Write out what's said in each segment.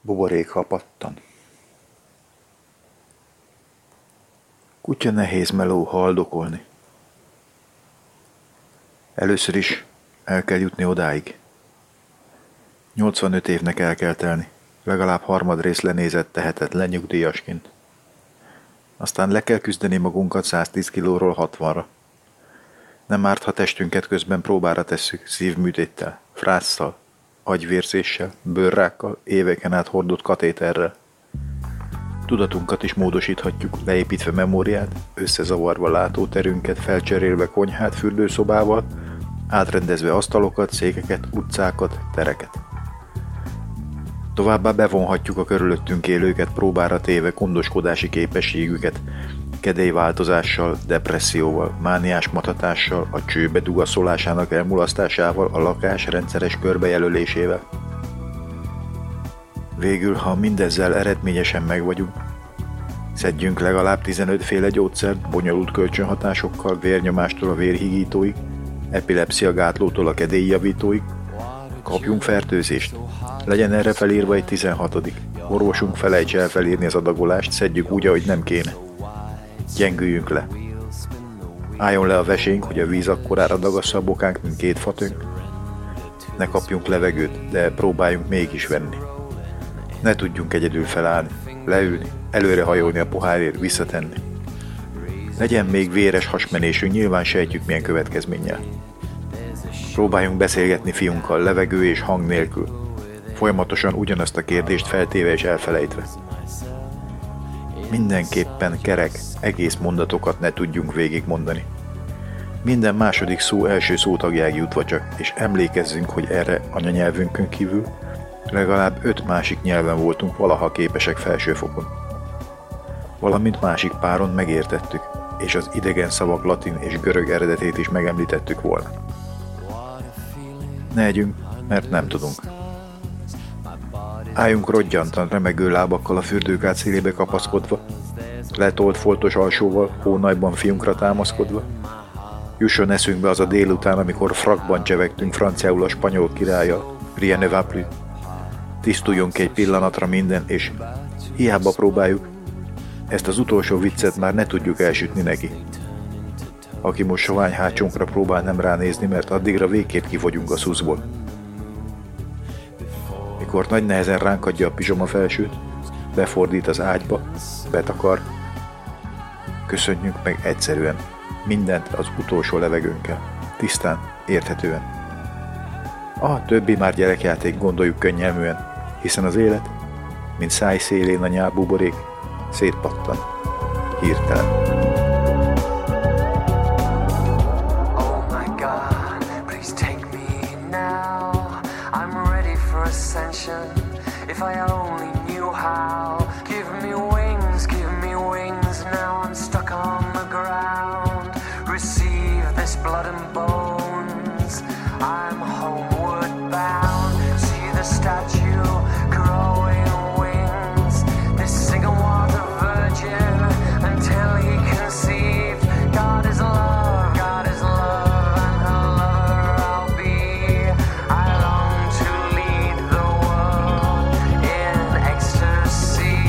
Buborékha pattan. Kutya nehéz meló haldokolni. Először is el kell jutni odáig. 85 évnek el kell telni, legalább harmadrész lenézett tehetetlen nyugdíjasként. Aztán le kell küzdeni magunkat 110 kilóról 60-ra. Nem árt, ha testünket közben próbára tesszük szívműtéttel, frásszal, agyvérzéssel, bőrrákkal, éveken át hordott katéterrel. Tudatunkat is módosíthatjuk, leépítve memóriát, összezavarva látóterünket, felcserélve konyhát fürdőszobával, átrendezve asztalokat, székeket, utcákat, tereket. Továbbá bevonhatjuk a körülöttünk élőket próbára téve gondoskodási képességüket, kedélyváltozással, depresszióval, mániás matatással, a csőbe dugaszolásának elmulasztásával, a lakás rendszeres körbejelölésével. Végül, ha mindezzel eredményesen megvagyunk, szedjünk legalább 15 féle gyógyszert, bonyolult kölcsönhatásokkal, vérnyomástól a vérhigítóig, epilepsziagátlótól a kedélyjavítóig, kapjunk fertőzést, legyen erre felírva egy 16. Orvosunk felejtse el felírni az adagolást, szedjük úgy, ahogy nem kéne. Gyengüljünk le. Álljon le a vesénk, hogy a víz akkorára dagassza a bokánk, mint 2 fatönk. Ne kapjunk levegőt, de próbáljunk mégis venni. Ne tudjunk egyedül felállni, leülni, előrehajolni a pohárért, visszatenni. Legyen még véres hasmenésünk, nyilván sejtjük milyen következménnyel. Próbáljunk beszélgetni fiunkkal, levegő és hang nélkül, folyamatosan ugyanazt a kérdést feltéve és elfelejtve. Mindenképpen kerek, egész mondatokat ne tudjunk végigmondani. Minden második szó első szótagjáig jutva csak, és emlékezzünk, hogy erre anyanyelvünkön kívül legalább 5 másik nyelven voltunk valaha képesek felsőfokon. Valamint másik páron megértettük, és az idegen szavak latin és görög eredetét is megemlítettük volna. Ne együnk, mert nem tudunk. Álljunk roggyantan, remegő lábakkal a fürdőkád szélébe kapaszkodva, letolt foltos alsóval, hónajban fiunkra támaszkodva. Jusson eszünkbe az a délután, amikor frakban csevegtünk franciául a spanyol királlyal, rien ne va plus. Tisztuljon ki egy pillanatra minden, és hiába próbáljuk, ezt az utolsó viccet már ne tudjuk elsütni neki. Aki most sovány hátsónkra próbál nem ránézni, mert addigra végképp kifogyunk a szuszból. Mikor nagy nehezen ránk adja a pizsoma felsőt, befordít az ágyba, betakar, köszönjünk meg egyszerűen, mindent az utolsó levegőnkkel, tisztán, érthetően. A többi már gyerekjáték, gondoljuk könnyelműen, hiszen az élet, mint száj szélén a nyálbuborék, szétpattan, hirtelen. If I only knew how. Give me wings, now I'm stuck on the ground. Receive this blood and bones, I'm homeward bound. See the statue growing wings, this single was a virgin until he conceived. God is love, God is love, and her lover I'll be. I long to lead the world in ecstasy.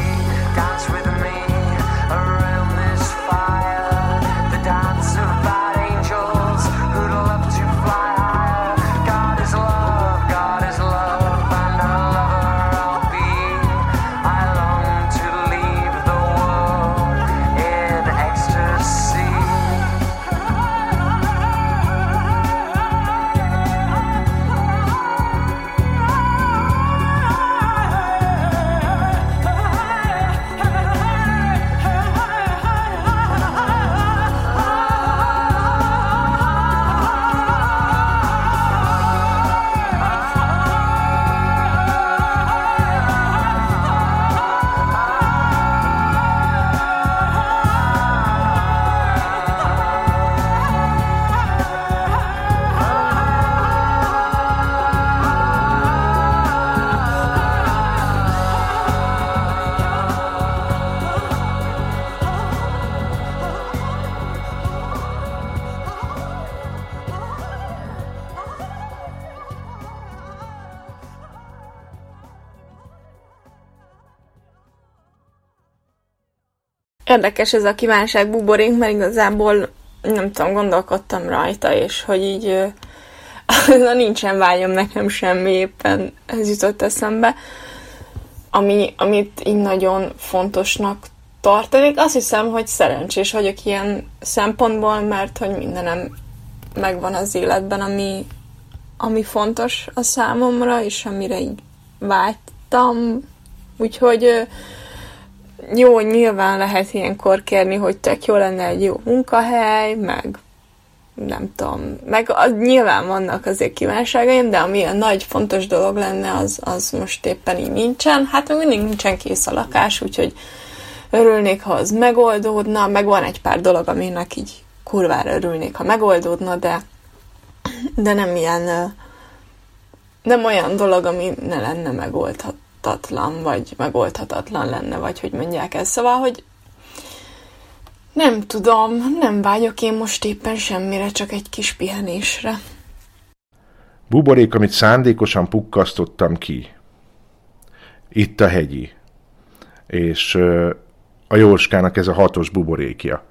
Érdekes ez a kívánság buborék, mert igazából nem tudom, gondolkodtam rajta, és hogy így na, nincsen vágyam nekem semmi, éppen ez jutott eszembe. Amit így nagyon fontosnak tartanék. Azt hiszem, hogy szerencsés vagyok ilyen szempontból, mert hogy mindenem megvan az életben, ami fontos a számomra, és amire így vágytam. Úgyhogy jó, nyilván lehet ilyenkor kérni, hogy tök jó lenne egy jó munkahely, meg nem tudom, meg nyilván vannak azért kívánságaim, de ami a nagy fontos dolog lenne, az most éppen így nincsen. Hát még mindig nincsen kész a lakás, úgyhogy örülnék, ha az megoldódna, meg van egy pár dolog, aminek így kurvára örülnék, ha megoldódna, de nem ilyen, nem olyan dolog, ami ne lenne megoldhatatlan, vagy megoldhatatlan lenne, vagy hogy mondják ezt. Szóval, hogy nem tudom, nem vágyok én most éppen semmire, csak egy kis pihenésre. Buborék, amit szándékosan pukkasztottam ki. Itt a hegyi. És a Jóskának ez a 6-os buborékja.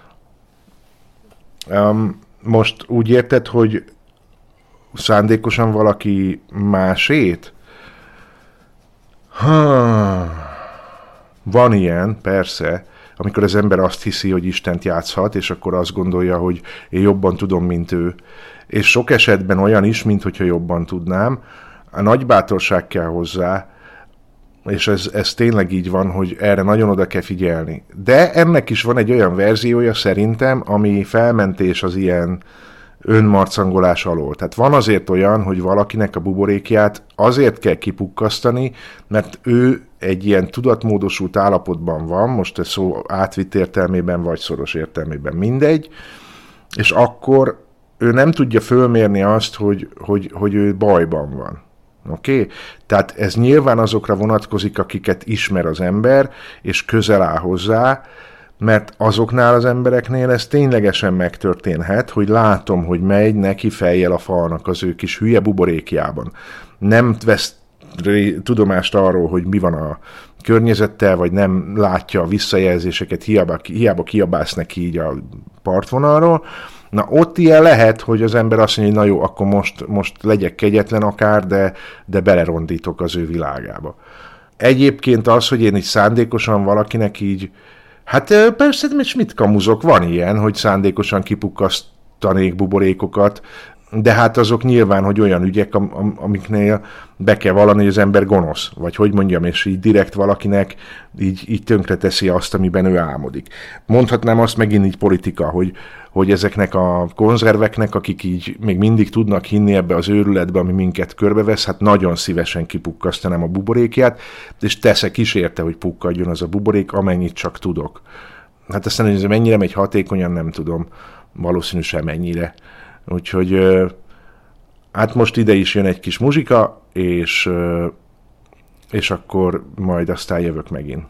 Most úgy érted, hogy szándékosan valaki másét? Van ilyen, persze, amikor az ember azt hiszi, hogy Istent játszhat, és akkor azt gondolja, hogy én jobban tudom, mint ő. És sok esetben olyan is, mint hogyha jobban tudnám. A nagy bátorság kell hozzá, és ez tényleg így van, hogy erre nagyon oda kell figyelni. De ennek is van egy olyan verziója szerintem, ami felmentés az ilyen önmarcangolás alól. Tehát van azért olyan, hogy valakinek a buborékját azért kell kipukkasztani, mert ő egy ilyen tudatmódosult állapotban van, most ez szó átvitt értelmében, vagy szoros értelmében, mindegy, és akkor ő nem tudja fölmérni azt, hogy ő bajban van. Oké? Tehát ez nyilván azokra vonatkozik, akiket ismer az ember, és közel áll hozzá, mert azoknál az embereknél ez ténylegesen megtörténhet, hogy látom, hogy megy neki fejjel a falnak az ő kis hülye buborékjában. Nem vesz tudomást arról, hogy mi van a környezettel, vagy nem látja a visszajelzéseket, hiába kiabálsz neki így a partvonalról. Na ott ilyen lehet, hogy az ember azt mondja, hogy na jó, akkor most legyek kegyetlen akár, de belerondítok az ő világába. Egyébként az, hogy én így szándékosan valakinek így, hát persze, mit kamuzok, van ilyen, hogy szándékosan kipukkasztanék buborékokat, de hát azok nyilván, hogy olyan ügyek, amiknél be kell vallani, hogy az ember gonosz, vagy hogy mondjam, és így direkt valakinek így tönkreteszi azt, amiben ő álmodik. Mondhatnám azt megint így politika, hogy ezeknek a konzerveknek, akik így még mindig tudnak hinni ebbe az őrületbe, ami minket körbevesz, hát nagyon szívesen kipukkasztanám a buborékját, és teszek is érte, hogy pukkadjon az a buborék, amennyit csak tudok. Hát aztán, hogy ez mennyire megy hatékonyan, nem tudom, valószínű sem mennyire. Úgyhogy hát most ide is jön egy kis muzsika, és akkor majd aztán jövök megint.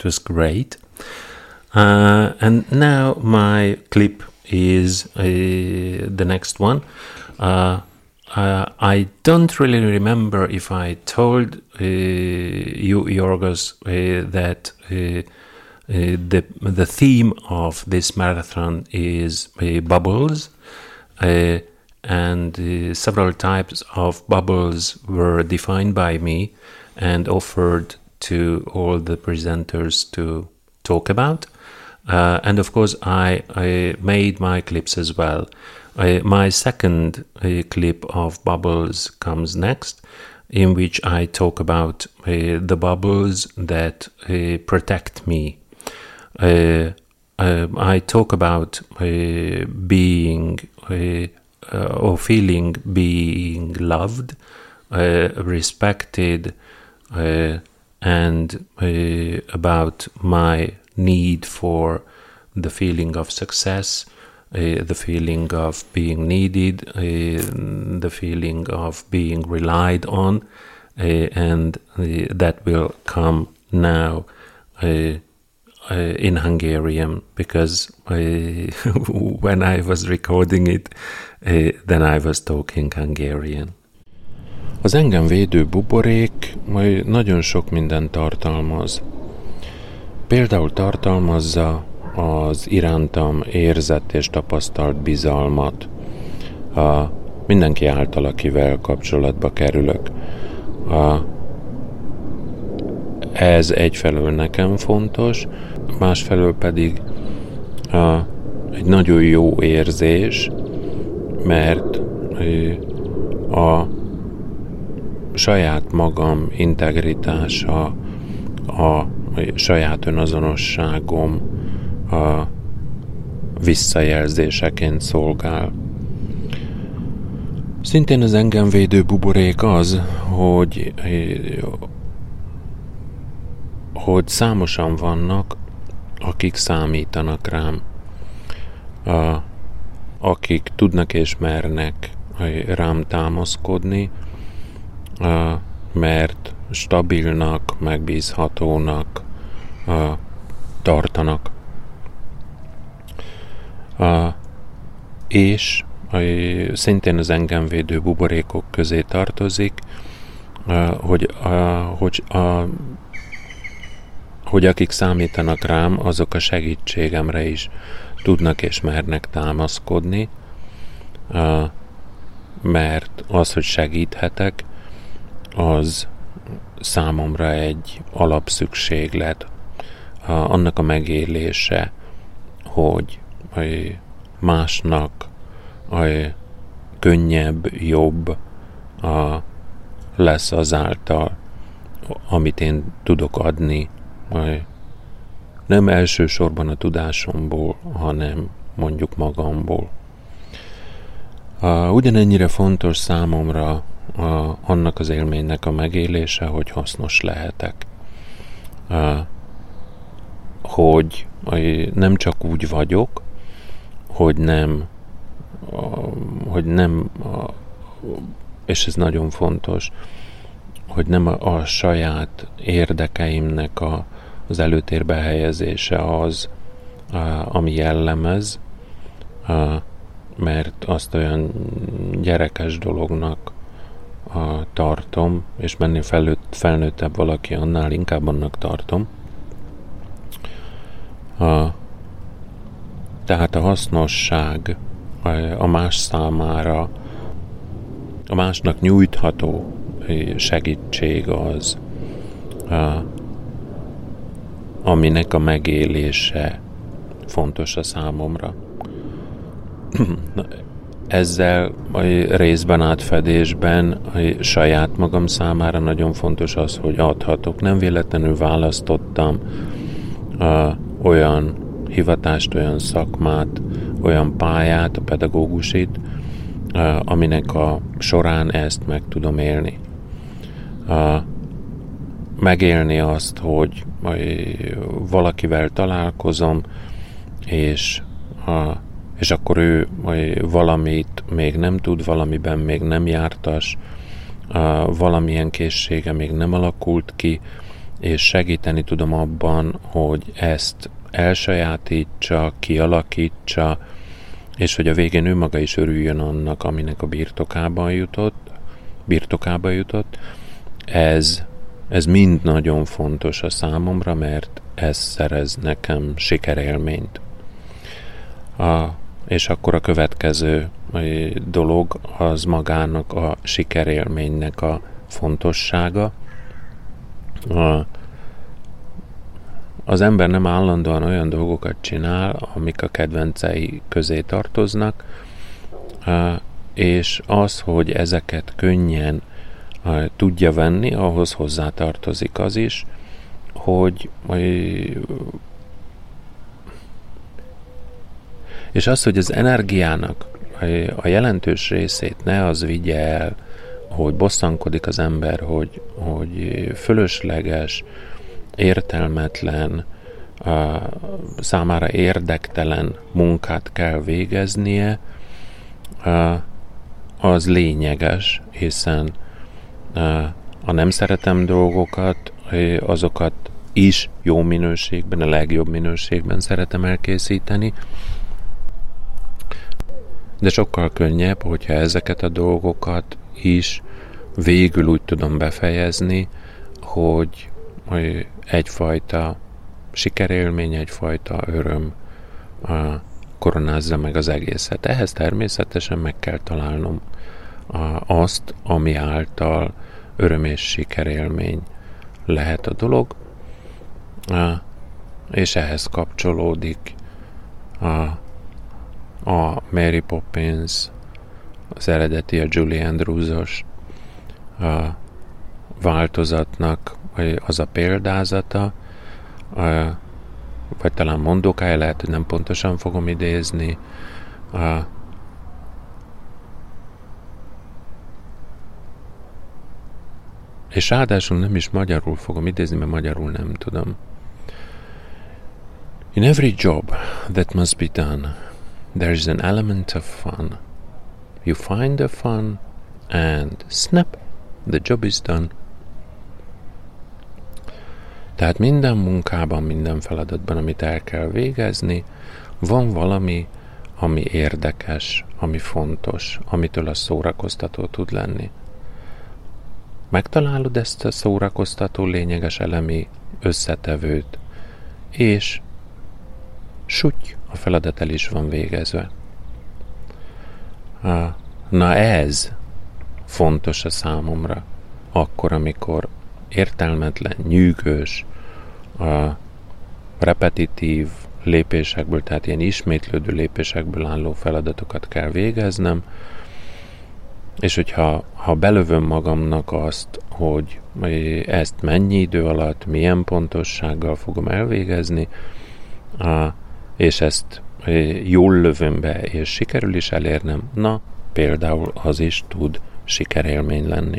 was great. And now my clip is the next one. I don't really remember if I told you, Yorgos, that the theme of this marathon is bubbles, and several types of bubbles were defined by me and offered to all the presenters to talk about. And of course, I made my clips as well. My second clip of bubbles comes next, in which I talk about the bubbles that protect me. I talk about being or feeling being loved, respected, and about my need for the feeling of success, the feeling of being needed, the feeling of being relied on, and that will come now in Hungarian, because when I was recording it, then I was talking Hungarian. Az engem védő buborék nagyon sok mindent tartalmaz. Például tartalmazza az irántam érzett és tapasztalt bizalmat. Mindenki által, akivel kapcsolatba kerülök. Ez egyfelől nekem fontos, másfelől pedig egy nagyon jó érzés, mert a saját magam integritása, a saját önazonosságom a visszajelzéseként szolgál. Szintén az engem védő buborék az, hogy számosan vannak, akik számítanak rám, akik tudnak és mernek rám támaszkodni, mert stabilnak, megbízhatónak tartanak. És szintén az engem védő buborékok közé tartozik, hogy akik számítanak rám, azok a segítségemre is tudnak és mernek támaszkodni, mert az, hogy segíthetek, az számomra egy alapszükséglet, annak a megélése, hogy másnak könnyebb, jobb lesz azáltal, amit én tudok adni, nem elsősorban a tudásomból, hanem mondjuk magamból. Ugyanennyire fontos számomra annak az élménynek a megélése, hogy hasznos lehetek. Hogy nem csak úgy vagyok, hogy nem, és ez nagyon fontos, hogy nem a saját érdekeimnek az előtérbe helyezése az, ami jellemez, mert azt olyan gyerekes dolognak tartom, és mennél felnőttebb valaki, annál inkább annak tartom. Tehát a hasznosság a más számára, a másnak nyújtható segítség az, aminek a megélése fontos a számomra. Ezzel a részben átfedésben saját magam számára nagyon fontos az, hogy adhatok. Nem véletlenül választottam olyan hivatást, olyan szakmát, olyan pályát, a pedagógusit, aminek a során ezt meg tudom élni. Megélni azt, hogy valakivel találkozom, és akkor ő valamit még nem tud, valamiben még nem jártas, valamilyen készsége még nem alakult ki, és segíteni tudom abban, hogy ezt elsajátítsa, kialakítsa, és hogy a végén ő maga is örüljön annak, aminek a birtokába jutott. Ez mind nagyon fontos a számomra, mert ez szerez nekem sikerélményt. És akkor a következő dolog az magának a sikerélménynek a fontossága. Az ember nem állandóan olyan dolgokat csinál, amik a kedvencei közé tartoznak, és az, hogy ezeket könnyen tudja venni, ahhoz hozzátartozik az is, hogy és az, hogy az energiának a jelentős részét ne az vigye el, hogy bosszankodik az ember, hogy fölösleges, értelmetlen, számára érdektelen munkát kell végeznie, az lényeges, hiszen a nem szeretem dolgokat, azokat is jó minőségben, a legjobb minőségben szeretem elkészíteni, de sokkal könnyebb, hogyha ezeket a dolgokat is végül úgy tudom befejezni, hogy egyfajta sikerélmény, egyfajta öröm koronázza meg az egészet. Ehhez természetesen meg kell találnom azt, ami által öröm és sikerélmény lehet a dolog, és ehhez kapcsolódik a Mary Poppins, az eredeti, a Julie Andrews-os változatnak az a példázata, vagy talán mondókája, lehet, hogy nem pontosan fogom idézni, és ráadásul nem is magyarul fogom idézni, mert magyarul nem tudom. In every job that must be done, there is an element of fun. You find the fun, and snap, the job is done. Tehát minden munkában, minden feladatban, amit el kell végezni, van valami, ami érdekes, ami fontos, amitől a szórakoztató tud lenni. Megtalálod ezt a szórakoztató lényeges elemi összetevőt, és sutty, a feladat el is van végezve. Na ez fontos a számomra, akkor, amikor értelmetlen, nyűgös, repetitív lépésekből, tehát ilyen ismétlődő lépésekből álló feladatokat kell végeznem, és hogyha belövöm magamnak azt, hogy ezt mennyi idő alatt, milyen pontossággal fogom elvégezni, és ezt jól lövöm be, és sikerül is elérnem, na, például az is tud sikerélmény lenni.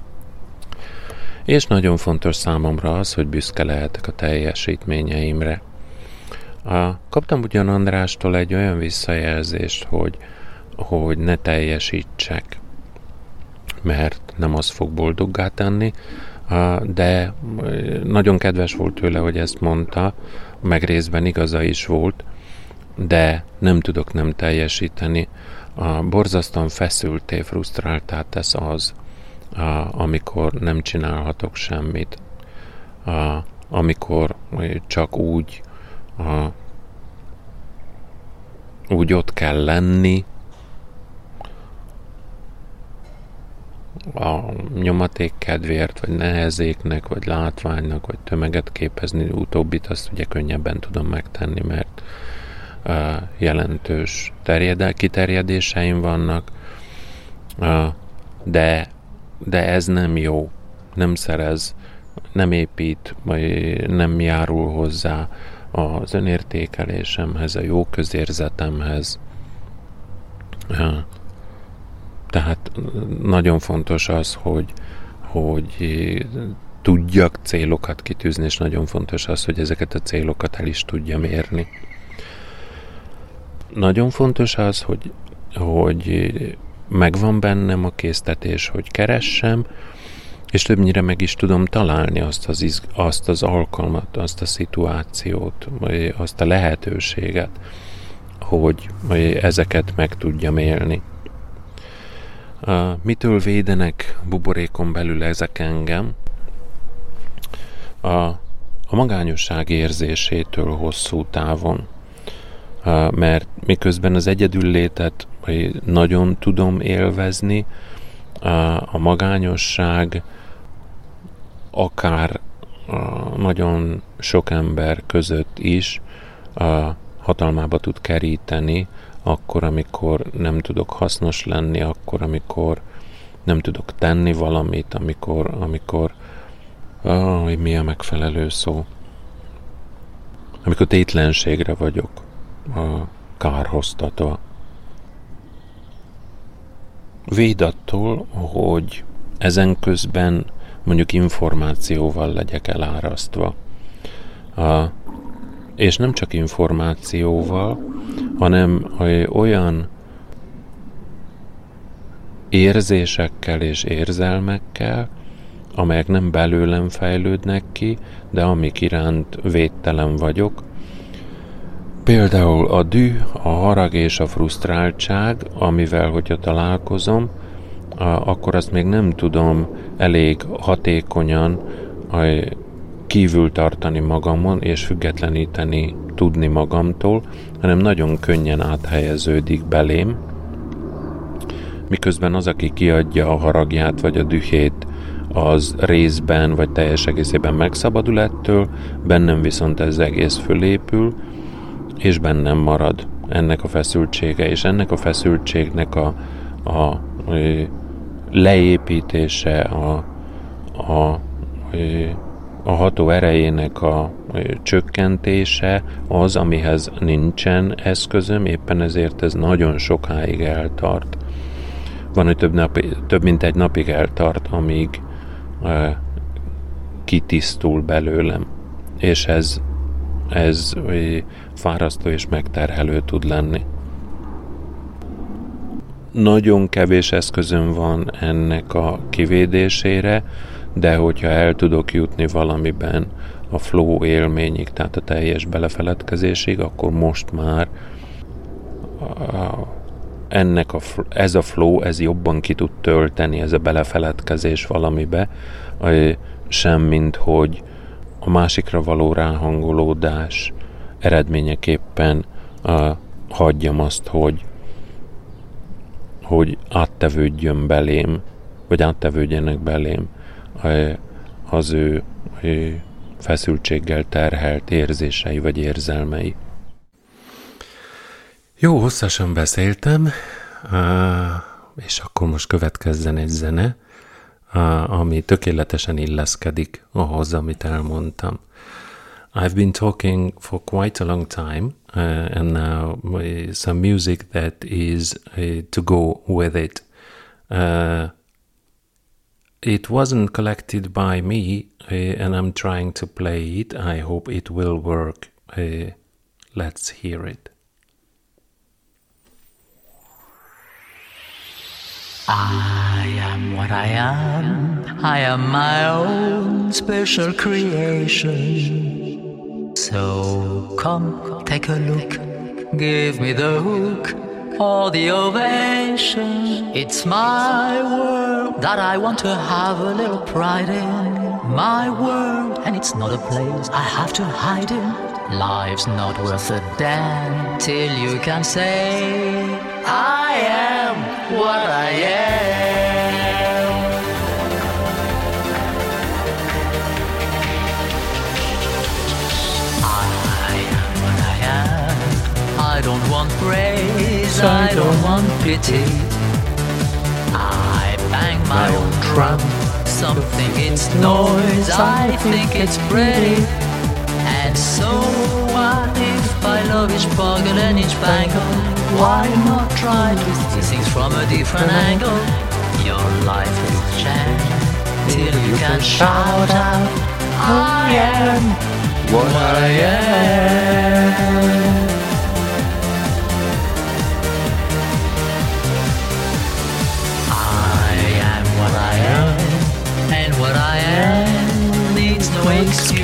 És nagyon fontos számomra az, hogy büszke lehetek a teljesítményeimre. Kaptam ugyan Andrástól egy olyan visszajelzést, hogy ne teljesítsek, mert nem az fog boldoggá tenni, de nagyon kedves volt tőle, hogy ezt mondta, meg részben igaza is volt, de nem tudok nem teljesíteni. Borzasztóan feszülté, frusztráltá tesz az, amikor nem csinálhatok semmit, amikor csak úgy ott kell lenni, a nyomaték kedvéért, vagy nehezéknek, vagy látványnak, vagy tömeget képezni, utóbbit azt ugye könnyebben tudom megtenni, mert jelentős kiterjedéseim vannak, de ez nem jó, nem szerez, nem épít, vagy nem járul hozzá az önértékelésemhez, a jó közérzetemhez. Tehát nagyon fontos az, hogy tudjak célokat kitűzni, és nagyon fontos az, hogy ezeket a célokat el is tudjam érni. Nagyon fontos az, hogy megvan bennem a késztetés, hogy keressem, És többnyire meg is tudom találni azt az alkalmat, azt a szituációt, vagy azt a lehetőséget, hogy ezeket meg tudjam élni. Mitől védenek buborékon belül ezek engem? A magányosság érzésétől hosszú távon. Mert miközben az egyedüllétet nagyon tudom élvezni, a magányosság akár nagyon sok ember között is hatalmába tud keríteni, akkor, amikor nem tudok hasznos lenni, akkor, amikor nem tudok tenni valamit, amikor mi a megfelelő szó? Amikor tétlenségre vagyok kárhoztatva. Véd attól, hogy ezen közben mondjuk információval legyek elárasztva. És nem csak információval, hanem olyan érzésekkel és érzelmekkel, amelyek nem belőlem fejlődnek ki, de amik iránt védtelen vagyok. Például a düh, a harag és a frusztráltság, amivel, hogyha találkozom, akkor azt még nem tudom elég hatékonyan kívül tartani magamon, és függetleníteni tudni magamtól, hanem nagyon könnyen áthelyeződik belém, miközben az, aki kiadja a haragját vagy a dühét, az részben vagy teljes egészében megszabadul ettől, bennem viszont ez egész fölépül, és bennem marad ennek a feszültsége, és ennek a feszültségnek a leépítése, a ható erejének a csökkentése az, amihez nincsen eszközöm, éppen ezért ez nagyon sokáig eltart. Van, hogy több mint egy napig eltart, amíg kitisztul belőlem. És ez fárasztó és megterhelő tud lenni. Nagyon kevés eszközöm van ennek a kivédésére, de hogyha el tudok jutni valamiben a flow élményig, tehát a teljes belefeledkezésig, akkor most már ez a flow, ez jobban ki tud tölteni, ez a belefeledkezés valamibe, sem mint hogy a másikra való ráhangolódás eredményeképpen hagyjam azt, hogy áttevődjön belém, vagy áttevődjenek belém az ő feszültséggel terhelt érzései vagy érzelmei. Jó, hosszasan beszéltem, és akkor most következzen egy zene, ami tökéletesen illeszkedik ahhoz, amit elmondtam. I've been talking for quite a long time, and now some music that is to go with it. It wasn't collected by me, and I'm trying to play it. I hope it will work. Let's hear it. I am what I am. I am my own special creation. So come, take a look. Give me the hook or the ovation. It's my world that I want to have a little pride in. My world, and it's not a place I have to hide in. Life's not worth a damn till you can say I am what I am. I am what I am. I don't want praise, I don't want pity. I bang my own drum. Some think it's noise, I think it's pretty. And so what if I love each bugle and each bangle? Why not try to see things from a different angle? Your life will change till you can shout out, I am what I am. I am what I am, and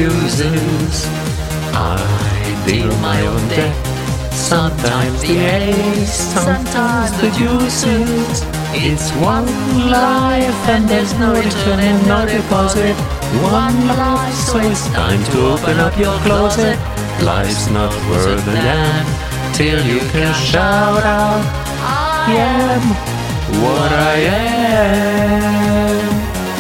uses. I deal my own deck. Sometimes the ace, sometimes the deuces. It's one life and there's no return and no deposit. One life, so it's time to open up your closet. Life's not worth a damn till you can shout out, I am what I am.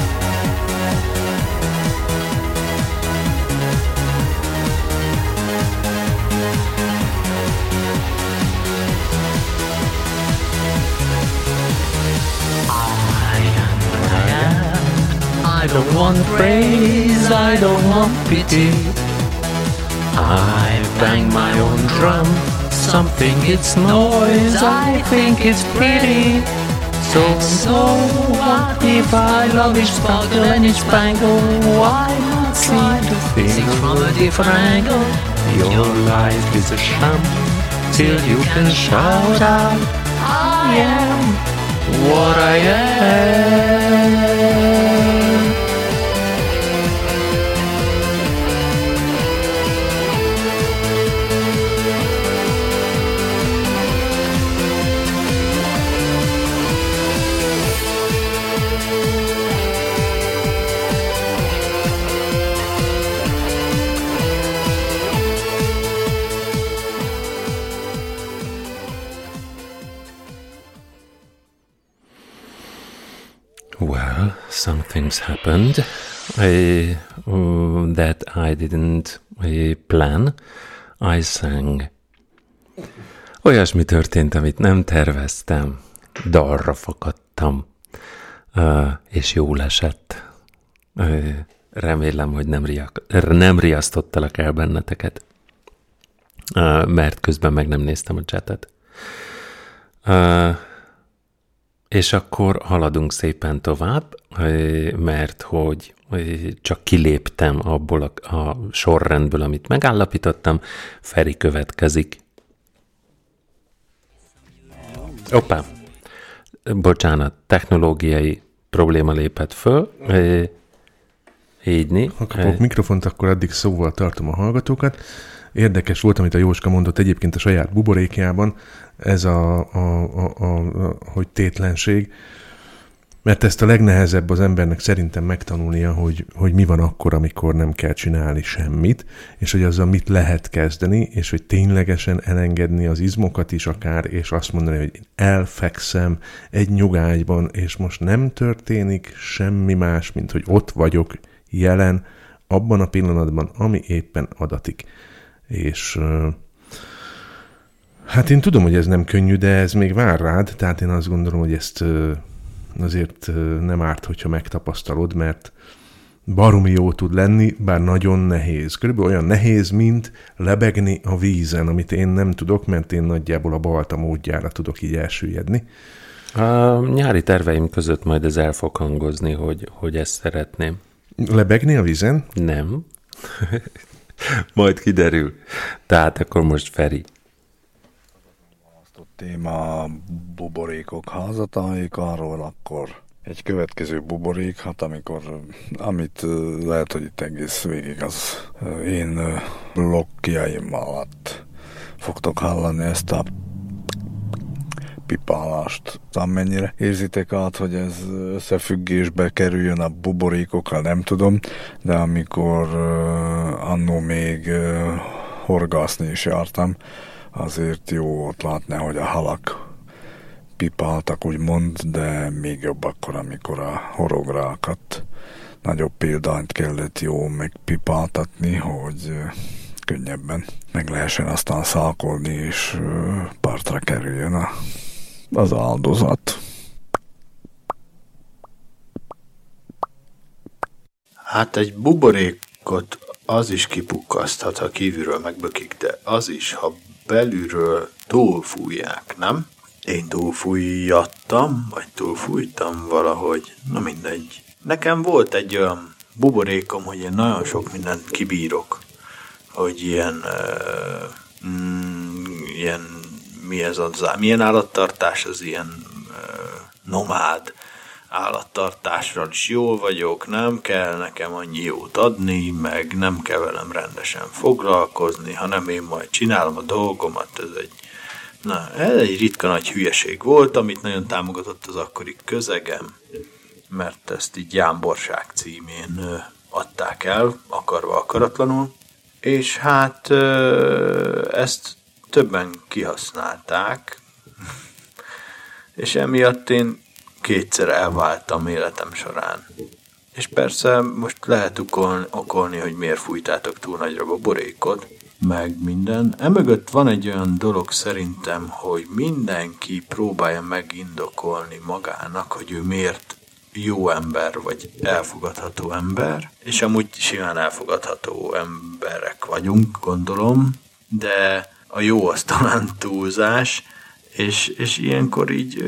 I don't want praise, I don't want pity. I bang my own drum, some think it's noise, I think it's pretty. So what if I love each sparkle and each spangle? Why not see the things from a different angle? Your life is a sham till you can shout out, I am what I am. Well, some things happened that I didn't plan. I sang. Olyasmi történt, amit nem terveztem. Dalra fakadtam. És jól esett. Remélem, hogy nem riasztottalak el benneteket. Mert közben meg nem néztem a chatet. És akkor haladunk szépen tovább, mert hogy csak kiléptem abból a sorrendből, amit megállapítottam. Feri következik. Hoppá! Bocsánat, technológiai probléma lépett föl. Így. Ha kapok mikrofont, akkor addig szóval tartom a hallgatókat. Érdekes volt, amit a Jóska mondott egyébként a saját buborékjában, ez hogy tétlenség, mert ezt a legnehezebb az embernek szerintem megtanulnia, hogy mi van akkor, amikor nem kell csinálni semmit, és hogy azzal mit lehet kezdeni, és hogy ténylegesen elengedni az izmokat is akár, és azt mondani, hogy elfekszem egy nyugágyban, és most nem történik semmi más, mint hogy ott vagyok jelen, abban a pillanatban, ami éppen adatik. És hát én tudom, hogy ez nem könnyű, de ez még vár rád, tehát én azt gondolom, hogy ezt azért nem árt, hogyha megtapasztalod, mert baromi jó tud lenni, bár nagyon nehéz. Körülbelül olyan nehéz, mint lebegni a vízen, amit én nem tudok, mert én nagyjából a balta módjára tudok így elsüllyedni. A nyári terveim között majd ez el fog hangozni, hogy ezt szeretném. Lebegni a vízen? Nem. Majd kiderül. Tehát akkor most Feri. A téma buborékok házataikáról, akkor egy következő buborék, hát amit lehet, hogy itt egész végig az én blokkjaim alatt fogtok hallani ezt a pipálást. Amennyire érzitek át, hogy ez összefüggésbe kerüljön a buborékokkal, nem tudom, de amikor annó még horgászni is jártam, azért jó ott látni, hogy a halak pipáltak, úgymond, de még jobb akkor, amikor a horográkat nagyobb példányt kellett jó megpipáltatni, hogy könnyebben meg lehessen aztán szákolni, és partra kerüljön az áldozat. Hát egy buborékot az is kipukkaszthat, ha kívülről megbökik, de az is, ha belülről túlfújják, nem? Én túlfújjattam, vagy túlfújtam valahogy, na mindegy. Nekem volt egy olyan buborékom, hogy én nagyon sok mindent kibírok, hogy milyen állattartás, az ilyen nomád állattartással is jól vagyok, nem kell nekem annyi jót adni, meg nem kell velem rendesen foglalkozni, hanem én majd csinálom a dolgomat. Ez egy ritka nagy hülyeség volt, amit nagyon támogatott az akkori közegem, mert ezt így Jámborság címén adták el, akarva akaratlanul, és hát ezt többen kihasználták, és emiatt én 2-szer elváltam életem során. És persze most lehet okolni, hogy miért fújtátok túl nagyra buborékot, meg minden. Emögött van egy olyan dolog szerintem, hogy mindenki próbálja megindokolni magának, hogy ő miért jó ember, vagy elfogadható ember, és amúgy simán elfogadható emberek vagyunk, gondolom, de a jó az talán túlzás, és ilyenkor így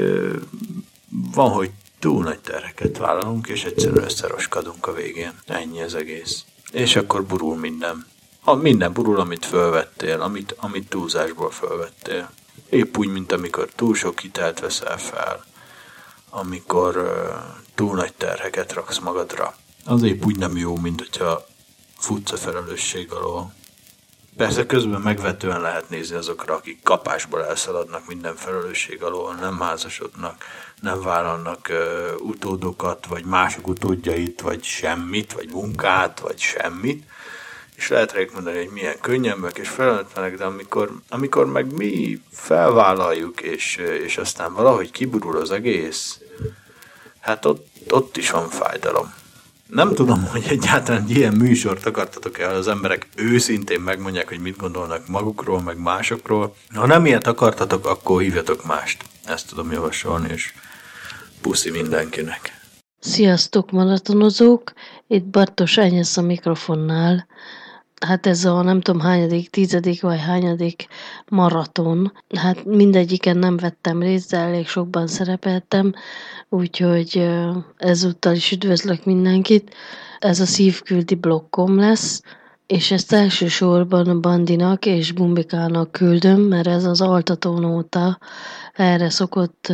van, hogy túl nagy terheket vállalunk, és egyszerűen összeroskadunk a végén. Ennyi az egész. És akkor burul minden. Minden burul, amit fölvettél, amit túlzásból fölvettél. Épp úgy, mint amikor túl sok hitelt veszel fel, amikor túl nagy terheket raksz magadra. Az épp úgy nem jó, mint hogyha futsz a felelősség alól. Persze közben megvetően lehet nézni azokra, akik kapásból elszaladnak minden felelősség alól, nem házasodnak, nem vállalnak utódokat, vagy mások utódjait, vagy semmit, vagy munkát, vagy semmit. És lehet rájuk mondani, hogy milyen könnyebbek és felelőtlenek, de amikor meg mi felvállaljuk, és aztán valahogy kiburul az egész, hát ott is van fájdalom. Nem tudom, hogy egyáltalán egy ilyen műsort akartatok el, az emberek őszintén megmondják, hogy mit gondolnak magukról, meg másokról. Ha nem ilyet akartatok, akkor hívjatok mást. Ezt tudom javasolni, és puszi mindenkinek. Sziasztok, maratonozók! Itt Bartos Ágnes a mikrofonnál. Hát ez a nem tudom hányadik, 10. vagy hányadik maraton. Hát mindegyiken nem vettem részt, de elég sokban szerepeltem, úgyhogy ezúttal is üdvözlök mindenkit. Ez a szívküldi blokkom lesz, és ezt elsősorban a Bandinak és Bumbikának küldöm, mert ez az altatón óta erre szokott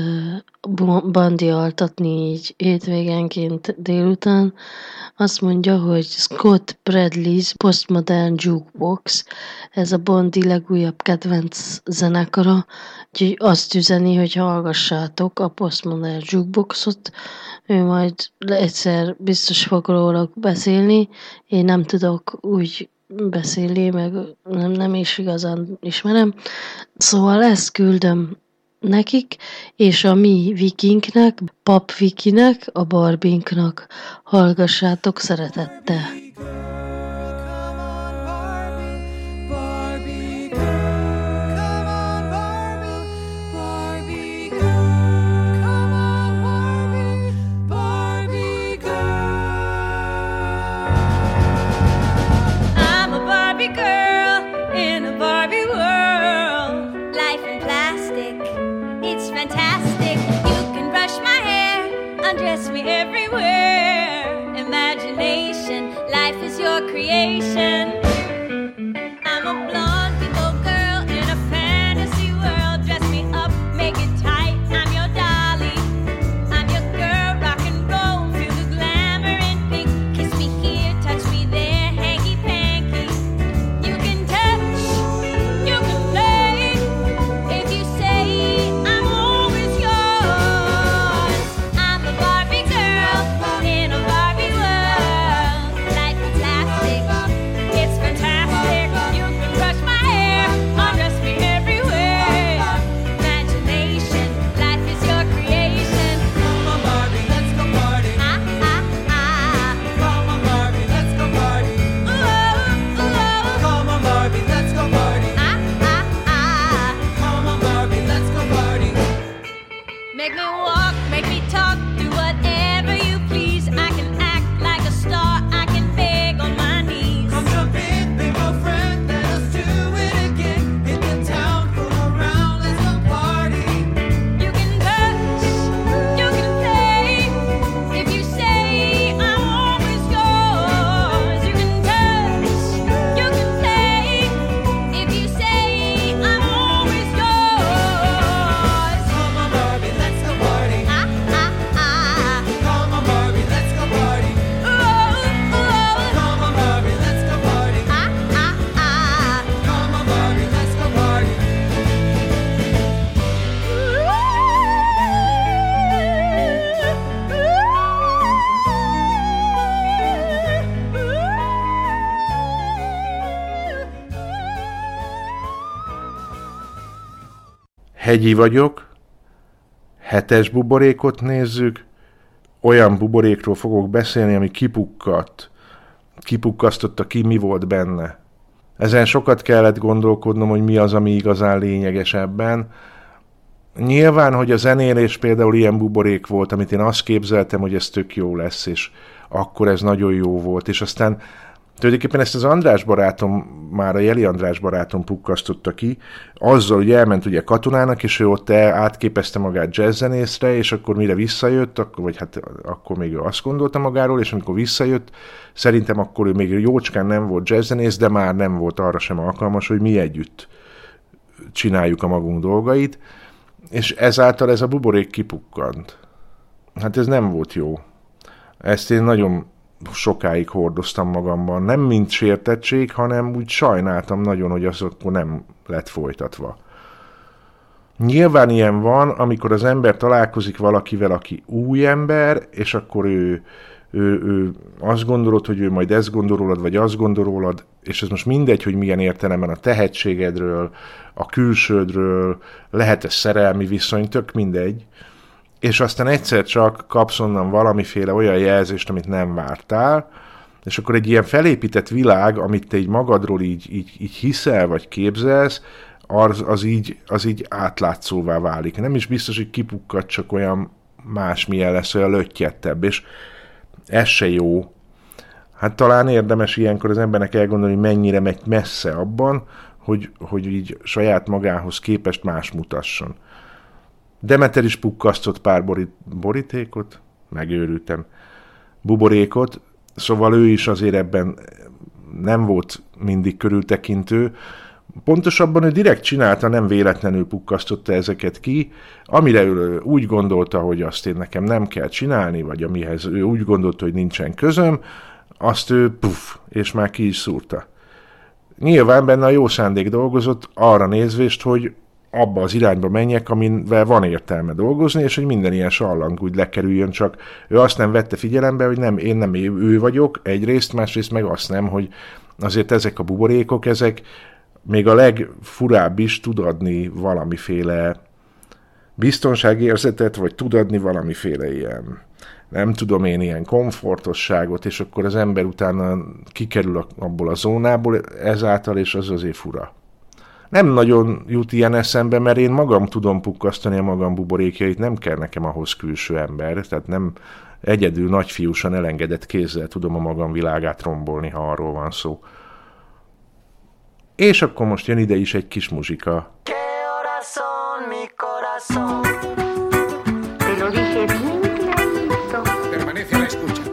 Bandi altatni így hétvégenként délután. Azt mondja, hogy Scott Bradley's Postmodern Jukebox, ez a Bandi legújabb kedvenc zenekara, úgyhogy azt üzeni, hogy hallgassátok a Postmodern Jukeboxot, ő majd egyszer biztos fog róla beszélni, én nem tudok úgy beszélni, meg nem is igazán ismerem, szóval ezt küldöm nekik, és a mi Vikingnek, Pap Vikinek, a Barbinknak hallgassátok szeretettel. Everywhere, imagination, life is your creation. I'm a blonde little girl in a fantasy world. Dress me up, make it tight. I'm your dolly. I'm your girl, rock and roll. Feel the glamour and pink. Kiss me here, touch me there, hanky panky. You can touch, you can play. If you say I'm always yours, I'm a Barbie girl in a Barbie world. Life fantastic, it's fantastic. You can brush my hegyi vagyok, 7-es buborékot nézzük, olyan buborékról fogok beszélni, ami kipukkasztotta ki, mi volt benne. Ezen sokat kellett gondolkodnom, hogy mi az, ami igazán lényeges ebben. Nyilván, hogy a zenélés például ilyen buborék volt, amit én azt képzeltem, hogy ez tök jó lesz, és akkor ez nagyon jó volt, és aztán tulajdonképpen ezt az András barátom, már a Jeli András barátom pukkasztotta ki, azzal, hogy elment ugye katonának, és ő ott átképezte magát jazzzenészre, és akkor mire visszajött, akkor még ő azt gondolta magáról, és amikor visszajött, szerintem akkor ő még jócskán nem volt jazzzenész, de már nem volt arra sem alkalmas, hogy mi együtt csináljuk a magunk dolgait, és ezáltal ez a buborék kipukkant. Hát ez nem volt jó. Ezt én nagyon sokáig hordoztam magamban. Nem mint sértettség, hanem úgy sajnáltam nagyon, hogy az akkor nem lett folytatva. Nyilván ilyen van, amikor az ember találkozik valakivel, aki új ember, és akkor ő azt gondolod, hogy ő majd ezt gondol rólad, vagy azt gondol rólad, és ez most mindegy, hogy milyen értelemben a tehetségedről, a külsődről, lehet ez szerelmi viszony, tök mindegy, és aztán egyszer csak kapsz onnan valamiféle olyan jelzést, amit nem vártál, és akkor egy ilyen felépített világ, amit te így magadról így hiszel, vagy képzelsz, az így átlátszóvá válik. Nem is biztos, hogy kipukkad, csak olyan másmilyen lesz, olyan löttyettebb, és ez se jó. Hát talán érdemes ilyenkor az embernek elgondolni, hogy mennyire megy messze abban, hogy így saját magához képest más mutasson. Demeter is pukkasztott pár borítékot, megőrültem, buborékot, szóval ő is azért ebben nem volt mindig körültekintő. Pontosabban ő direkt csinálta, nem véletlenül pukkasztotta ezeket ki, amire ő úgy gondolta, hogy azt én nekem nem kell csinálni, vagy amihez ő úgy gondolta, hogy nincsen közöm, azt ő és már ki is szúrta. Nyilván benne a jó szándék dolgozott, arra nézvést, hogy abba az irányba menjek, amivel van értelme dolgozni, és hogy minden ilyen sallang úgy lekerüljön, csak ő azt nem vette figyelembe, hogy én nem ő vagyok, egyrészt, másrészt meg azt nem, hogy azért ezek a buborékok, ezek még a legfurább is tud adni valamiféle biztonságérzetet, vagy tud adni valamiféle ilyen, nem tudom én, ilyen komfortosságot, és akkor az ember utána kikerül abból a zónából ezáltal, és az azért fura. Nem nagyon jut ilyen eszembe, mert én magam tudom pukkasztani a magam buborékjait, nem kell nekem ahhoz külső ember, tehát nem egyedül nagyfiúsan elengedett kézzel tudom a magam világát rombolni, ha arról van szó. És akkor most jön ide is egy kis muzsika. Permanece a la escucha.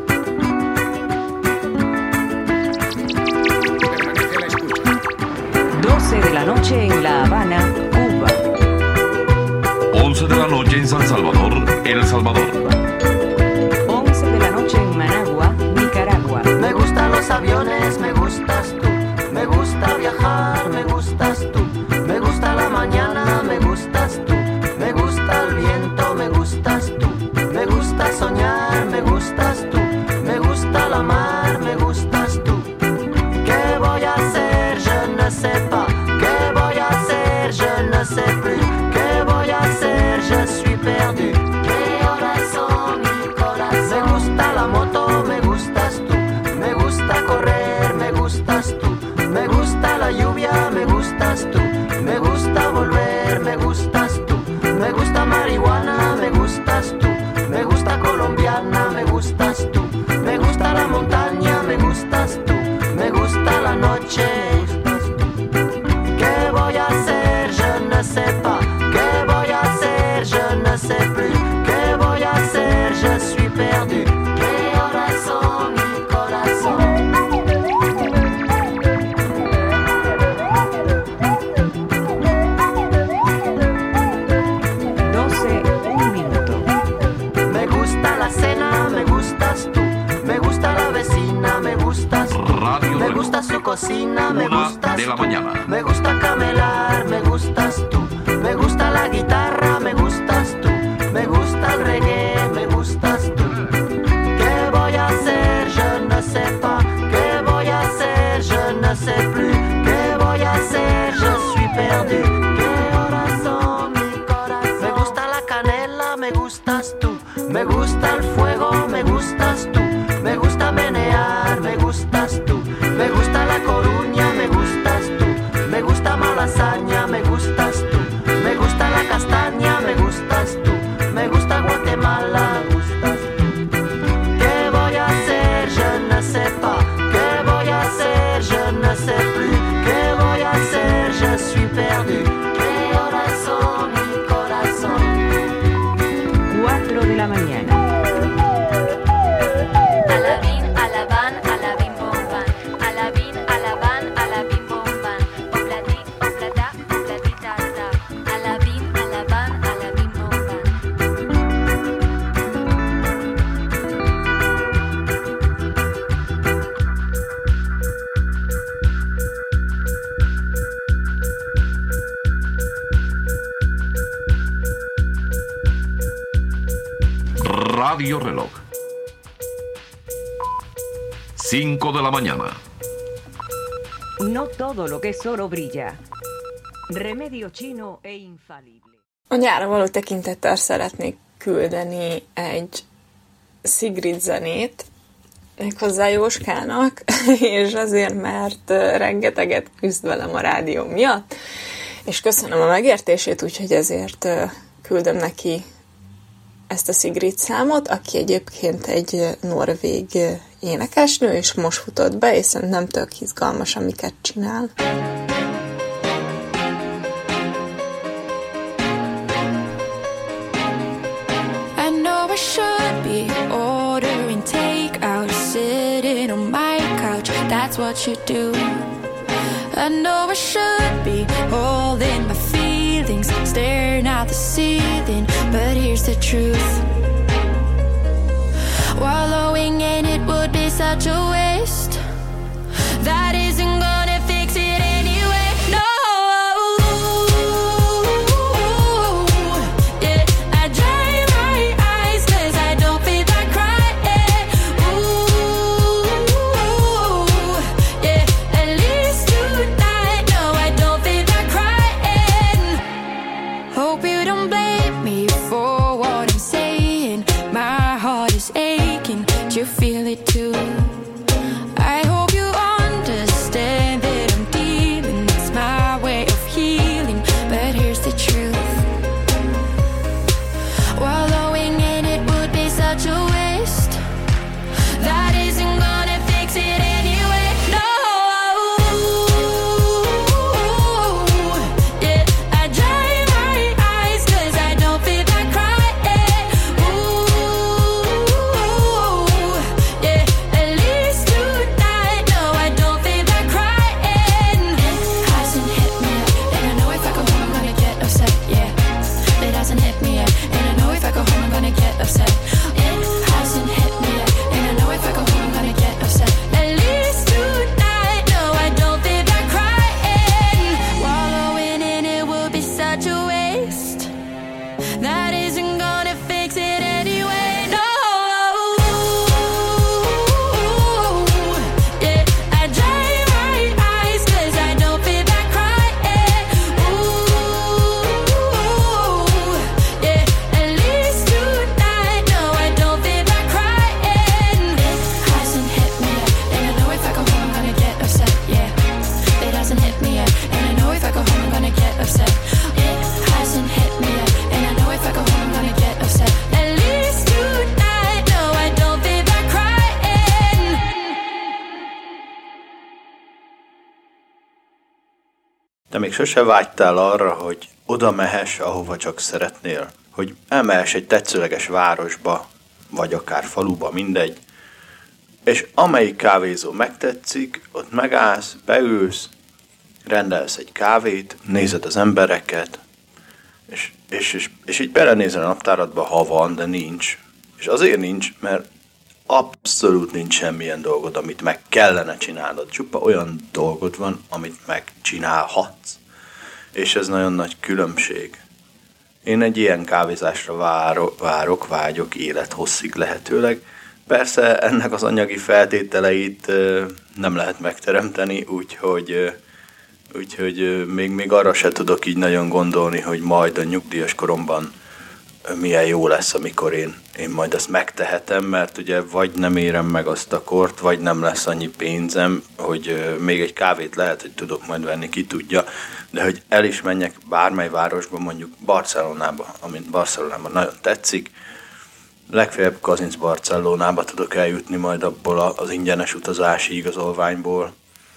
Permanece a la escucha. 12 de la noche en La Habana, Cuba. 11 de la noche en San Salvador, El Salvador. 11 de la noche en Managua, Nicaragua. Me gustan los aviones, me gustas tú. Me gusta viajar, me gustas tú. Me gusta la mañana, me gustas tú. Me gusta el viento, me gustas tú. Me gusta soñar, me gustas tú. Me gusta la mar, me gustas tú. ¿Qué voy a hacer? Je ne sais pas. ¿Qué voy a hacer? Je ne sais plus. ¿Qué voy a hacer? Je suis perdu. ¿Qué horas son, mi corazón? Me gusta la moto, me gustas tú. Me gusta correr, me gustas tú. Me gusta la lluvia, me gustas tú. Me gusta volver, me gustas tú. Me gusta marihuana, me gustas tú. Me gusta colombiana, me gustas tú. Me gusta la montaña, me gustas tú. Me gusta la noche, me gustas tú. ¿Qué voy a hacer? Je ne sais pas. ¿Qué voy a hacer? Je ne sais plus. ¿Qué voy a hacer? Je suis perdu. ¿Qué horas son, mi corazón? 12, un minuto. Me gusta la cena, me gustas tú. Me gusta la vecina, me gustas tú. Radio Me gusta su cocina, me 1 gustas de la tú. mañana. Me gusta camelar, me gustas tú. Me gusta la guitarra, me gustas tú. Me gusta el reggae, me gustas tú. ¿Qué voy a hacer? Je ne sais pas. ¿Qué voy a hacer? Je ne sais plus. ¿Qué voy a hacer? Je suis perdu. ¿Qué horas son, mi gusta el fuego, me gustas tú. Me gusta menear, me gustas tú. Me gusta La Coruña, me gustas tú. Me gusta Malasaña, me gustas tú. Me gusta La Castaña, me gustas tú. Me gusta Guatemala, me gustas tú. ¿Qué voy a hacer? Je ne sais pas. ¿Qué voy a hacer? Je ne sais plus. ¿Qué voy a hacer? Je suis perdu. ¿Qué horas son, mi corazón? 4 de la mañana. Alabín, alabán, alabín, bombán. Alabín, alabán, alabín, bombán. Obladí, obladá, obladita, da. Alabín, alabán, alabín, bombán. Radio Reloj. 5 de la mañana. No todo lo que es oro brilla. Remedio chino e infalible. A nyárra való tekintettel szeretnék küldeni egy Sigrid zenét, méghozzá Jóskának, és azért, mert rengeteget küzd velem a rádió miatt, és köszönöm a megértését, úgyhogy ezért küldöm neki ezt a Sigrid számot, aki egyébként egy norvég énekesnő, és most futott be, és szerintem tök izgalmas, amiket csinál. I know I should be ordering takeout, sitting on my couch, that's what you do. I know I should be holding my feelings, staring at the ceiling, but here's the truth. Wallowing in it would be such a waste. That isn't gonna fix it anyway. No. Yeah, I dry my eyes 'cause I don't feel like crying. Ooh, yeah, at least tonight. No, I don't feel like crying. Hope you don't blame me for what I'm saying. My heart is aching. Do you feel it too? I hope you understand that I'm dealing. It's my way of healing, but here's the truth. Wallowing in it would be such a waste. That isn't gonna fix it anyway. No. Yeah, I dry my eyes 'cause I don't feel like crying. Ooh, yeah, at least tonight. No, I don't feel like crying. It hasn't hit me yet, and I know if I go home I'm gonna get upset. Yeah, it hasn't hit me yet, and I know if I go home I'm gonna get upset. It hasn't hit me yet, and I know if I go home I'm gonna get upset. At least tonight. No, I don't feel like crying. Wallowing in it would be such a waste. That isn't gonna fix it anyway. No. Yeah, I dry my eyes 'cause I don't feel like crying. Ooh, yeah, at least tonight. No, I don't feel like crying. It hasn't hit me yet, and I know if I go home I'm gonna get upset. Yeah, it hasn't hit me yet, and I know if I go home I'm gonna get upset. It hasn't hit me yet, and I know if I go home I'm gonna get upset. At least tonight. No, I don't feel like crying. Te még sose vágytál arra, hogy oda mehess, ahova csak szeretnél? Hogy elmehess egy tetszőleges városba, vagy akár faluba, mindegy, és amelyik kávézó megtetszik, ott megállsz, beülsz, rendelsz egy kávét, nézed az embereket, és így belenézel a naptáradba, ha van, de nincs. És azért nincs, mert abszolút nincs semmilyen dolgod, amit meg kellene csinálnod. Csupa olyan dolgod van, amit megcsinálhatsz. És ez nagyon nagy különbség. Én egy ilyen kávézásra vágyok élethosszig lehetőleg. Persze ennek az anyagi feltételeit nem lehet megteremteni, úgyhogy még arra se tudok így nagyon gondolni, hogy majd a nyugdíjas koromban milyen jó lesz, amikor én majd ezt megtehetem, mert ugye vagy nem érem meg azt a kort, vagy nem lesz annyi pénzem, hogy még egy kávét lehet, hogy tudok majd venni, ki tudja, de hogy el is menjek bármely városba, mondjuk Barcelonába, amit Barcelonában nagyon tetszik, legfeljebb Kazinc Barcelonába tudok eljutni majd abból az ingyenes utazási igazolványból.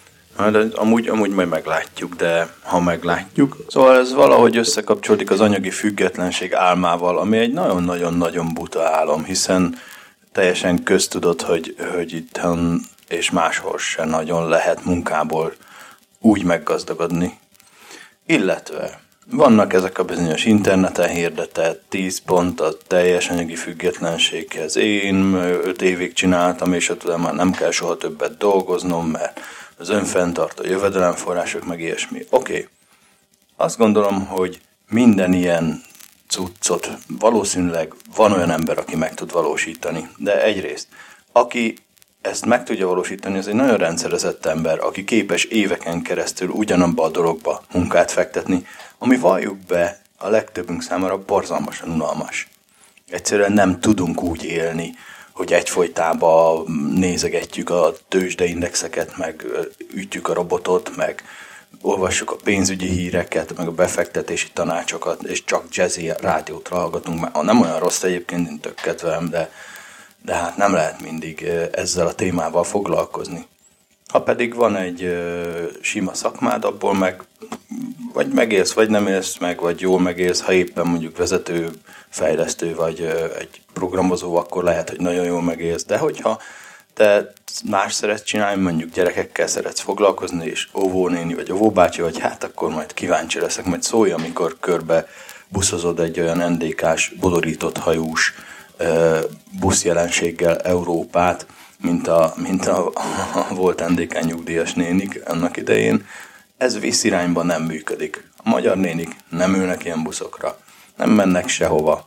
De amúgy majd meglátjuk, de ha meglátjuk. Szóval ez valahogy összekapcsolódik az anyagi függetlenség álmával, ami egy nagyon-nagyon-nagyon buta álom, hiszen teljesen köztudott, hogy itthon és máshol sem nagyon lehet munkából úgy meggazdagodni. Illetve vannak ezek a bizonyos interneten hirdetett 10 pont a teljes anyagi függetlenséghez. Én 5 évig csináltam, és ott már nem kell soha többet dolgoznom, mert az önfenntartó jövedelemforrások, meg ilyesmi. Oké. Azt gondolom, hogy minden ilyen cuccot valószínűleg van olyan ember, aki meg tud valósítani. De egyrészt, aki ezt meg tudja valósítani, az egy nagyon rendszerezett ember, aki képes éveken keresztül ugyanabba a dologba munkát fektetni, ami valljuk be a legtöbbünk számára borzalmasan unalmas. Egyszerűen nem tudunk úgy élni, hogy egyfolytában nézegetjük a tőzsdeindexeket, meg ütjük a robotot, meg olvassuk a pénzügyi híreket, meg a befektetési tanácsokat, és csak jazzy rádiót hallgatunk. Nem olyan rossz egyébként, mint tök kedvelem, de hát nem lehet mindig ezzel a témával foglalkozni. Ha pedig van egy sima szakmád, abból meg vagy megélsz, vagy nem élsz meg, vagy jól megélsz, ha éppen mondjuk vezető, fejlesztő, vagy egy programozó, akkor lehet, hogy nagyon jól megélsz. De hogyha te más szeretsz csinálni, mondjuk gyerekekkel szeretsz foglalkozni, és óvónéni, vagy óvóbácsi, vagy hát akkor majd kíváncsi leszek, majd szólj, amikor körbe buszozod egy olyan NDK-s, bodorított hajús buszjelenséggel Európát, mint a volt NDK nyugdíjas nénik annak idején. Ez vízirányban nem működik. A magyar nénik nem ülnek ilyen buszokra, nem mennek sehova,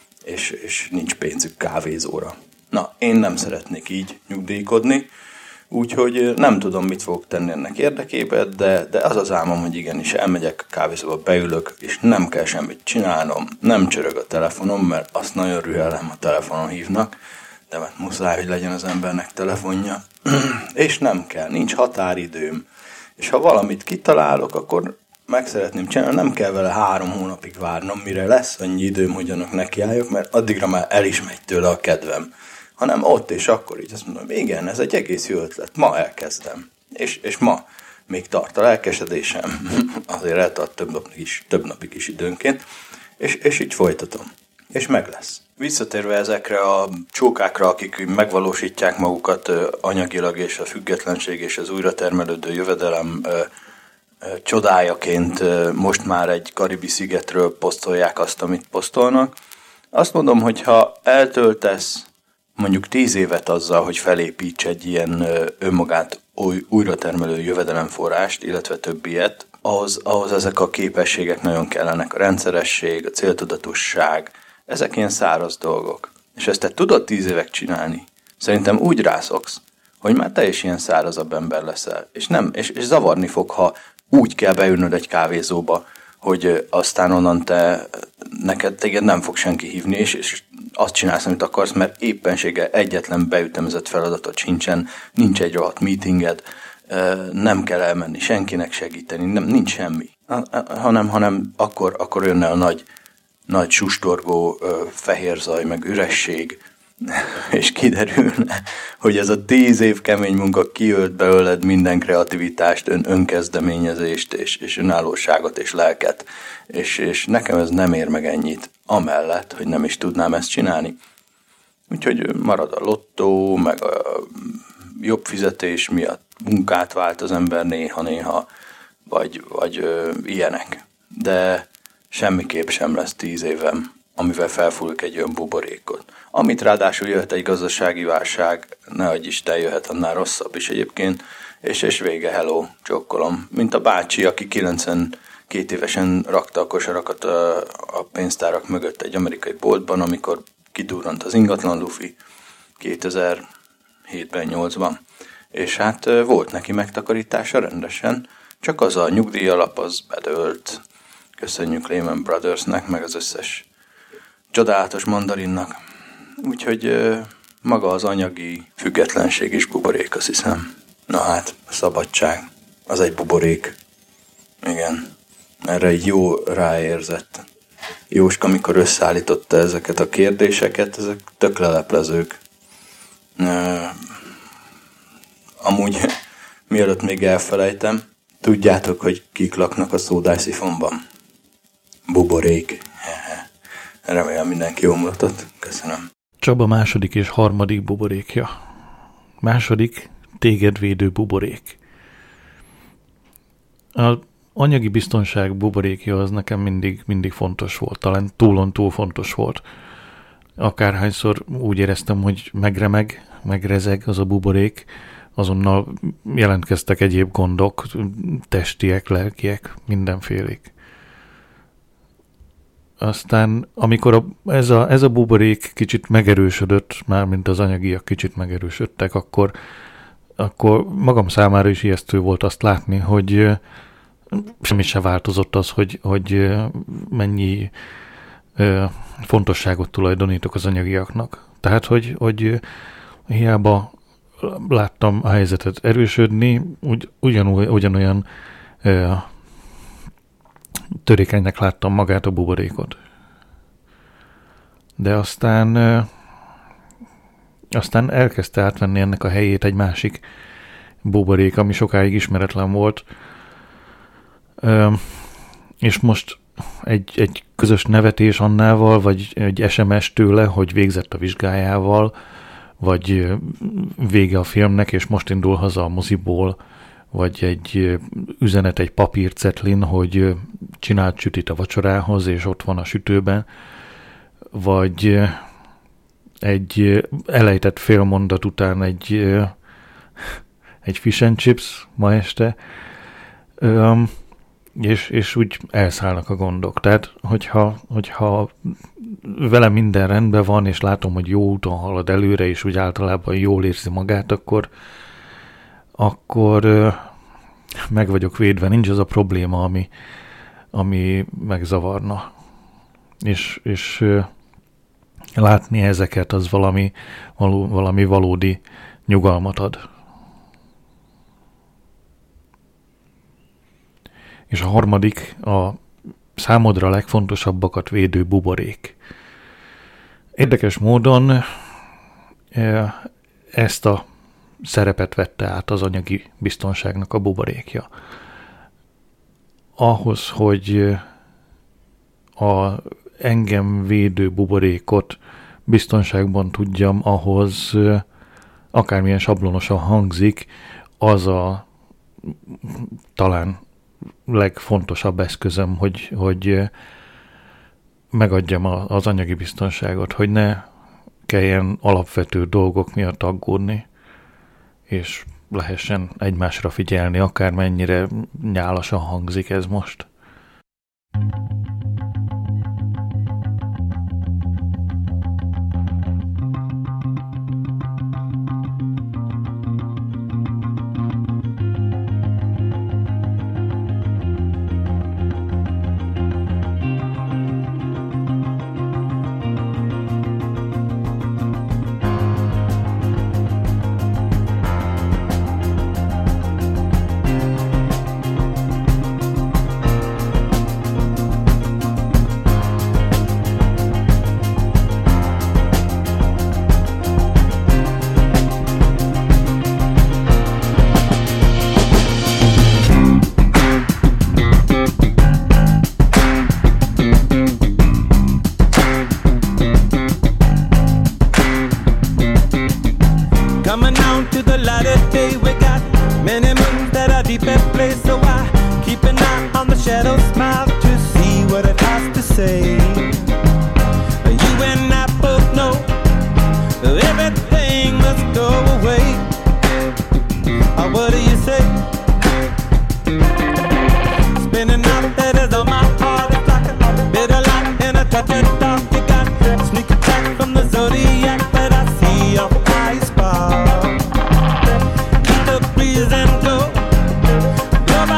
és nincs pénzük kávézóra. Na, én nem szeretnék így nyugdíjkodni, úgyhogy nem tudom, mit fogok tenni ennek érdekében, de az az álmom, hogy igenis elmegyek a kávézóba, beülök, és nem kell semmit csinálnom, nem csörög a telefonom, mert azt nagyon rühellem, a telefonon hívnak, de mert muszáj, hogy legyen az embernek telefonja, és nem kell, nincs határidőm, és ha valamit kitalálok, akkor meg szeretném csinálni, nem kell vele 3 hónapig várnom, mire lesz annyi időm, hogy annak nekiálljak, mert addigra már el is megy tőle a kedvem, hanem ott és akkor így azt mondom, igen, ez egy egész jó ötlet, ma elkezdem, és ma még tart a lelkesedésem, azért eltart több napig is időnként, és így folytatom, és meg lesz. Visszatérve ezekre a csókákra, akik megvalósítják magukat anyagilag, és a függetlenség és az újratermelődő jövedelem csodájaként most már egy karibi szigetről posztolják azt, amit posztolnak. Azt mondom, hogy ha eltöltesz mondjuk 10 évet azzal, hogy felépíts egy ilyen önmagát újratermelő jövedelemforrást, illetve több ilyet, ahhoz ezek a képességek nagyon kellenek. A rendszeresség, a céltudatosság, ezek ilyen száraz dolgok. És ezt te tudod 10 évek csinálni, szerintem úgy rászoksz, hogy már te is ilyen szárazabb ember leszel. És zavarni fog, ha úgy kell beülnöd egy kávézóba, hogy aztán onnan téged nem fog senki hívni, és azt csinálsz, amit akarsz, mert éppenséggel egyetlen beütemezett feladatod sincsen, nincs egy rohadt meetinged, nem kell elmenni senkinek segíteni, nincs semmi. Hanem akkor jönne a nagy sustorgó fehér zaj, meg üresség, és kiderülne, hogy ez a 10 év kemény munka kiölt belőled minden kreativitást, önkezdeményezést, és önállóságot, és lelket. És nekem ez nem ér meg ennyit, amellett, hogy nem is tudnám ezt csinálni. Úgyhogy marad a lottó, meg a jobb fizetés miatt munkát vált az ember néha-néha, vagy ilyenek. De semmiképp sem lesz 10 évem, amivel felfújjuk egy olyan buborékot. Amit ráadásul jöhet egy gazdasági válság, ne adj Isten, jöhet annál rosszabb is egyébként, és vége, hello, csokkolom. Mint a bácsi, aki 92 évesen rakta a kosarakat a pénztárak mögött egy amerikai boltban, amikor kidurrant az ingatlan lufi 2007-ben, 8-ban. És hát volt neki megtakarítása rendesen, csak az a nyugdíjalap az bedőlt. Köszönjük Lehman Brothersnek, meg az összes csodálatos mandarinnak. Úgyhogy maga az anyagi függetlenség is buborék, azt hiszem. Na hát, a szabadság, az egy buborék. Igen, erre így jó ráérzett Jóska, amikor összeállította ezeket a kérdéseket, ezek tök leleplezők. Amúgy, mielőtt még elfelejtem, tudjátok, hogy kik laknak a szódászifonban? Buborék. Remélem mindenki jól mutatott. Köszönöm. Csaba második és harmadik buborékja. Második, téged védő buborék. Az anyagi biztonság buborékja az nekem mindig fontos volt. Talán túl fontos volt. Akárhányszor úgy éreztem, hogy megrezeg az a buborék, azonnal jelentkeztek egyéb gondok, testiek, lelkiek, mindenfélék. Aztán, amikor ez a buborék kicsit megerősödött, mármint az anyagiak kicsit megerősödtek, akkor magam számára is ijesztő volt azt látni, hogy semmi se változott az, hogy mennyi fontosságot tulajdonítok az anyagiaknak. Tehát, hogy hiába láttam a helyzetet erősödni, ugyanolyan törékenynek láttam magát a buborékot. De aztán elkezdte átvenni ennek a helyét egy másik buborék, ami sokáig ismeretlen volt. És most egy közös nevetés Annával, vagy egy SMS tőle, hogy végzett a vizsgájával, vagy vége a filmnek, és most indul haza a moziból, vagy egy üzenet egy papírcetlin, hogy csinált sütit a vacsorához, és ott van a sütőben, vagy egy elejtett félmondat után egy fish and chips ma este, és úgy elszállnak a gondok. Tehát, hogyha vele minden rendben van, és látom, hogy jó úton halad előre, és úgy általában jól érzi magát, akkor meg vagyok védve, nincs az a probléma, ami megzavarna. És látni ezeket, az valami valódi nyugalmat ad. És a harmadik, a számodra legfontosabbakat védő buborék. Érdekes módon ezt a szerepet vette át az anyagi biztonságnak a buborékja. Ahhoz, hogy a engem védő buborékot biztonságban tudjam, ahhoz akármilyen sablonosan hangzik, az a talán legfontosabb eszközöm, hogy megadjam az anyagi biztonságot, hogy ne kelljen alapvető dolgok miatt aggódni, és lehessen egymásra figyelni, akármennyire nyálasan hangzik ez most. Blow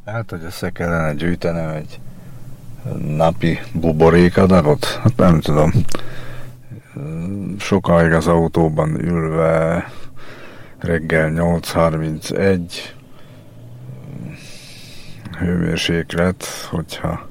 Hát, hogy össze kellene gyűjtenem egy napi buborékadagot? Hát nem tudom. Sokáig az autóban ülve, reggel 8:31, hőmérséklet, hogyha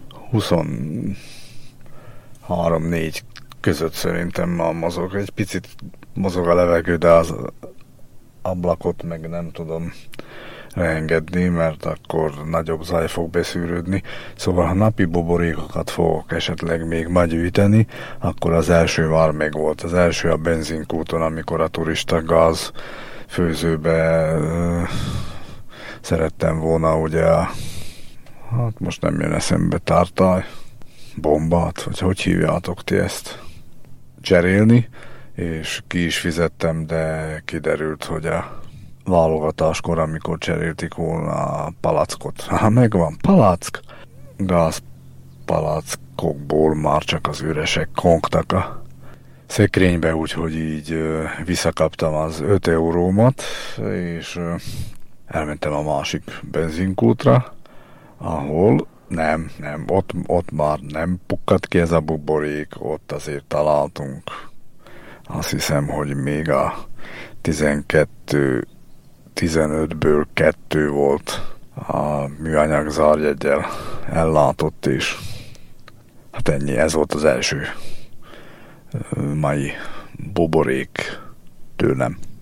23-4 között szerintem ma mozog. Egy picit mozog a levegő, de az ablakot meg nem tudom leengedni, mert akkor nagyobb zaj fog beszűrődni. Szóval, ha napi buborékokat fogok esetleg még ma gyűjteni, akkor az első már meg volt. Az első a benzinkúton, amikor a turista gáz főzőbe szerettem volna ugye hát most nem jön eszembe, tartály, bombát, vagy hogy hívjátok ti ezt, cserélni, és ki is fizettem, de kiderült, hogy a válogatáskor, amikor cseréltik volna a palackot. Megvan palack, gázpalackokból már csak az üresek kongtak a szekrénybe, úgyhogy így visszakaptam az 5 eurómat, és elmentem a másik benzinkútra, ahol nem, ott már nem pukkadt ki ez a buborék, ott azért találtunk. Azt hiszem, hogy még a 15-ből 2 volt a műanyag zárjeggyel ellátott, és hát ennyi, ez volt az első mai buborék tőlem.